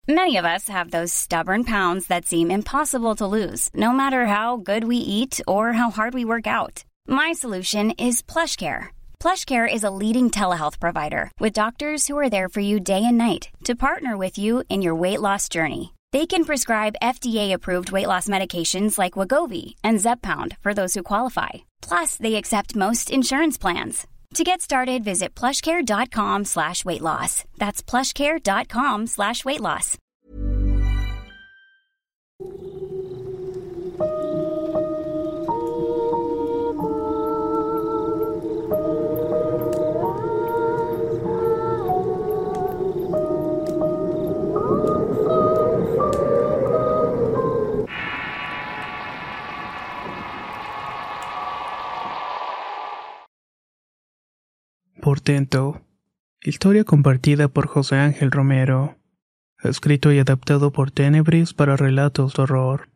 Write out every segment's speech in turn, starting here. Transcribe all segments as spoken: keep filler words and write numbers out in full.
Many of us have those stubborn pounds that seem impossible to lose, no matter how good we eat or how hard we work out. My solution is PlushCare. PlushCare is a leading telehealth provider with doctors who are there for you day and night to partner with you in your weight loss journey. They can prescribe F D A-approved weight loss medications like Wegovy and Zepbound for those who qualify. Plus, they accept most insurance plans. To get started, visit plushcare.com slash weight loss. That's plushcare.com slash weight loss. Portento. Historia compartida por José Ángel Romero. Escrito y adaptado por Tenebris para relatos de horror.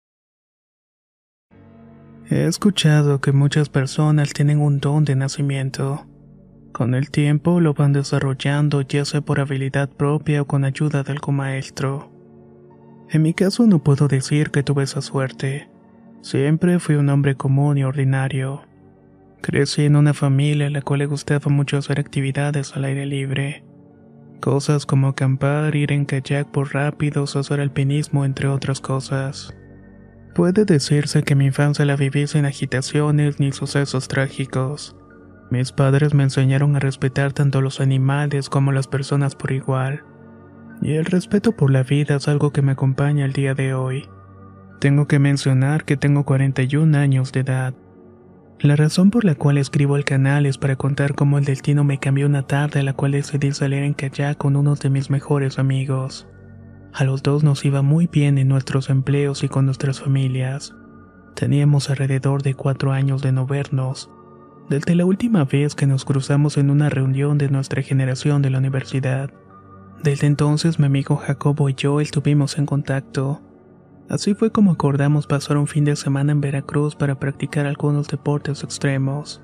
He escuchado que muchas personas tienen un don de nacimiento. Con el tiempo lo van desarrollando, ya sea por habilidad propia o con ayuda de algún maestro. En mi caso no puedo decir que tuve esa suerte. Siempre fui un hombre común y ordinario. Crecí en una familia a la cual le gustaba mucho hacer actividades al aire libre. Cosas como acampar, ir en kayak por rápidos o hacer alpinismo, entre otras cosas. Puede decirse que mi infancia la viví sin agitaciones ni sucesos trágicos. Mis padres me enseñaron a respetar tanto a los animales como a las personas por igual. Y el respeto por la vida es algo que me acompaña el día de hoy. Tengo que mencionar que tengo cuarenta y un años de edad. La razón por la cual escribo al canal es para contar cómo el destino me cambió una tarde a la cual decidí salir en kayak con uno de mis mejores amigos. A los dos nos iba muy bien en nuestros empleos y con nuestras familias. Teníamos alrededor de cuatro años de no vernos, desde la última vez que nos cruzamos en una reunión de nuestra generación de la universidad. Desde entonces mi amigo Jacobo y yo estuvimos en contacto. Así fue como acordamos pasar un fin de semana en Veracruz para practicar algunos deportes extremos.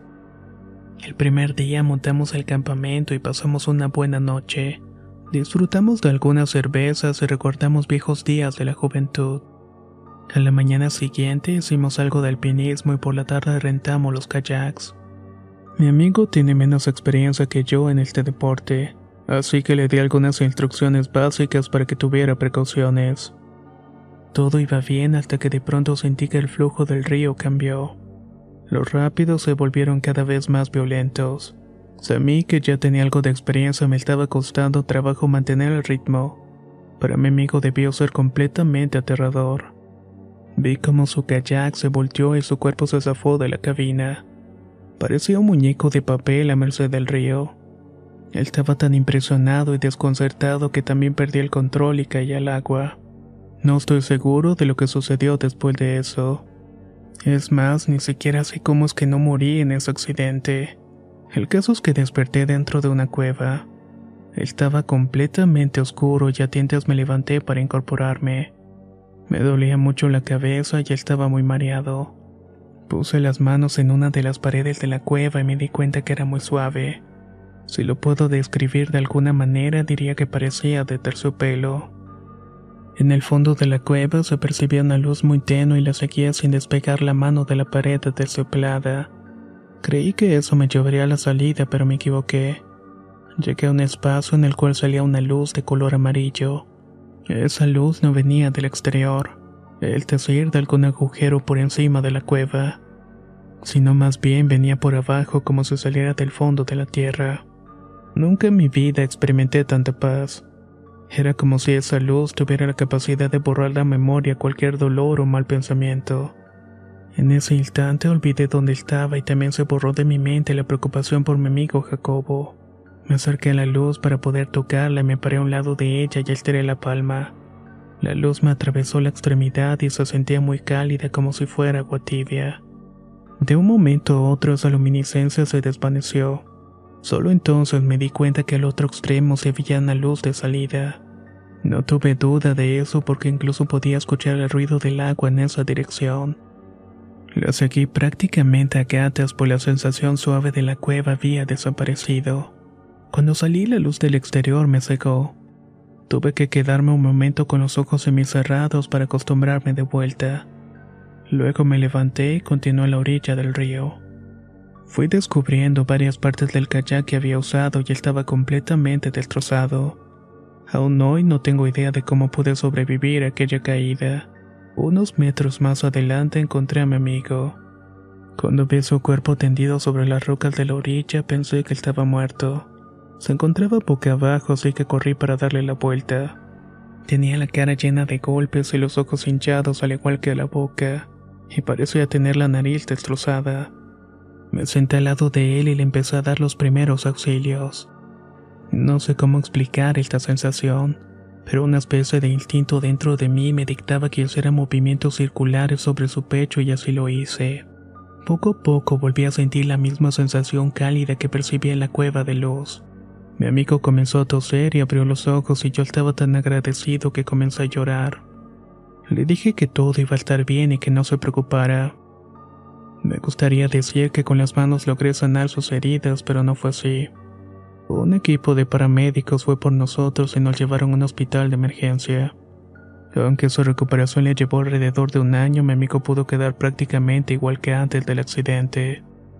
El primer día montamos el campamento y pasamos una buena noche. Disfrutamos de algunas cervezas y recordamos viejos días de la juventud. A la mañana siguiente hicimos algo de alpinismo y por la tarde rentamos los kayaks. Mi amigo tiene menos experiencia que yo en este deporte, así que le di algunas instrucciones básicas para que tuviera precauciones. Todo iba bien hasta que de pronto sentí que el flujo del río cambió. Los rápidos se volvieron cada vez más violentos. A mí, que ya tenía algo de experiencia, me estaba costando trabajo mantener el ritmo. Para mi amigo debió ser completamente aterrador. Vi como su kayak se volteó y su cuerpo se zafó de la cabina. Parecía un muñeco de papel a merced del río. Él estaba tan impresionado y desconcertado que también perdí el control y caí al agua. No estoy seguro de lo que sucedió después de eso. Es más, ni siquiera sé cómo es que no morí en ese accidente. El caso es que desperté dentro de una cueva. Estaba completamente oscuro y a tientas me levanté para incorporarme. Me dolía mucho la cabeza y estaba muy mareado. Puse las manos en una de las paredes de la cueva y me di cuenta que era muy suave. Si lo puedo describir de alguna manera, diría que parecía de terciopelo. En el fondo de la cueva se percibía una luz muy tenue y la seguía sin despegar la mano de la pared terciopelada. Creí que eso me llevaría a la salida, pero me equivoqué. Llegué a un espacio en el cual salía una luz de color amarillo. Esa luz no venía del exterior, es decir, de algún agujero por encima de la cueva, sino más bien venía por abajo como si saliera del fondo de la tierra. Nunca en mi vida experimenté tanta paz. Era como si esa luz tuviera la capacidad de borrar la memoria cualquier dolor o mal pensamiento. En ese instante olvidé dónde estaba y también se borró de mi mente la preocupación por mi amigo Jacobo. Me acerqué a la luz para poder tocarla y me paré a un lado de ella y estiré la palma. La luz me atravesó la extremidad y se sentía muy cálida como si fuera agua tibia. De un momento a otro esa luminiscencia se desvaneció. Solo entonces me di cuenta que al otro extremo se veía una luz de salida. No tuve duda de eso porque incluso podía escuchar el ruido del agua en esa dirección. La seguí prácticamente a gatas, pues la sensación suave de la cueva había desaparecido. Cuando salí, la luz del exterior me cegó. Tuve que quedarme un momento con los ojos semicerrados para acostumbrarme de vuelta. Luego me levanté y continué a la orilla del río. Fui descubriendo varias partes del kayak que había usado y estaba completamente destrozado. Aún hoy no tengo idea de cómo pude sobrevivir a aquella caída. Unos metros más adelante encontré a mi amigo. Cuando vi su cuerpo tendido sobre las rocas de la orilla pensé que estaba muerto. Se encontraba boca abajo, así que corrí para darle la vuelta. Tenía la cara llena de golpes y los ojos hinchados al igual que la boca, y parecía tener la nariz destrozada. Me senté al lado de él y le empecé a dar los primeros auxilios. No sé cómo explicar esta sensación, pero una especie de instinto dentro de mí me dictaba que hiciera movimientos circulares sobre su pecho y así lo hice. Poco a poco volví a sentir la misma sensación cálida que percibí en la cueva de luz. Mi amigo comenzó a toser y abrió los ojos y yo estaba tan agradecido que comencé a llorar. Le dije que todo iba a estar bien y que no se preocupara. Me gustaría decir que con las manos logré sanar sus heridas, pero no fue así. Un equipo de paramédicos fue por nosotros y nos llevaron a un hospital de emergencia. Aunque su recuperación le llevó alrededor de un año, mi amigo pudo quedar prácticamente igual que antes del accidente.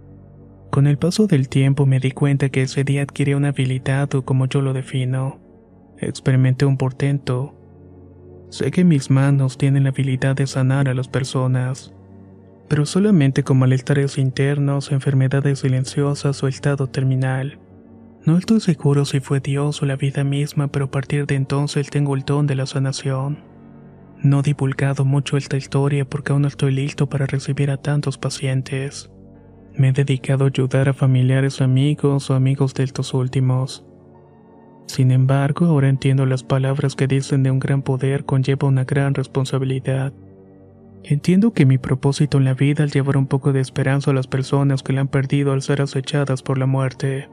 Con el paso del tiempo me di cuenta que ese día adquirí una habilidad, o como yo lo defino. Experimenté un portento. Sé que mis manos tienen la habilidad de sanar a las personas, pero solamente con malestares internos, enfermedades silenciosas o estado terminal. No estoy seguro si fue Dios o la vida misma, pero a partir de entonces tengo el don de la sanación. No he divulgado mucho esta historia porque aún no estoy listo para recibir a tantos pacientes. Me he dedicado a ayudar a familiares, amigos o amigos de estos últimos. Sin embargo, ahora entiendo las palabras que dicen de un gran poder conlleva una gran responsabilidad. Entiendo que mi propósito en la vida es llevar un poco de esperanza a las personas que la han perdido al ser acechadas por la muerte.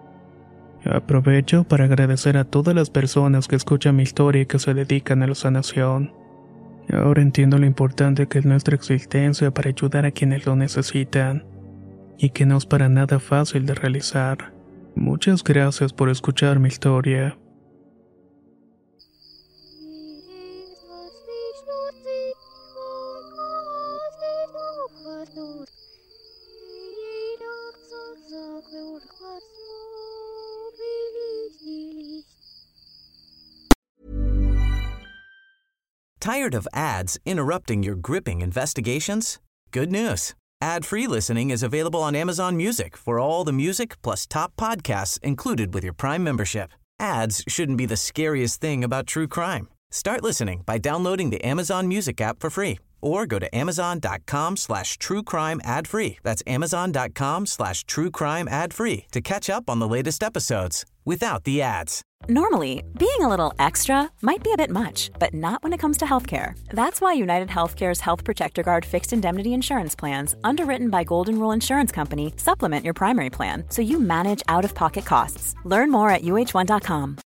Aprovecho para agradecer a todas las personas que escuchan mi historia y que se dedican a la sanación. Ahora entiendo lo importante que es nuestra existencia para ayudar a quienes lo necesitan, y que no es para nada fácil de realizar. Muchas gracias por escuchar mi historia. Tired of ads interrupting your gripping investigations? Good news. Ad-free listening is available on Amazon Music for all the music plus top podcasts included with your Prime membership. Ads shouldn't be the scariest thing about true crime. Start listening by downloading the Amazon Music app for free or go to amazon.com slash true crime ad free. That's amazon.com slash true crime ad free to catch up on the latest episodes without the ads. Normally, being a little extra might be a bit much, but not when it comes to healthcare. That's why United Healthcare's Health Protector Guard fixed indemnity insurance plans, underwritten by Golden Rule Insurance Company, supplement your primary plan so you manage out-of-pocket costs. Learn more at U H one dot com.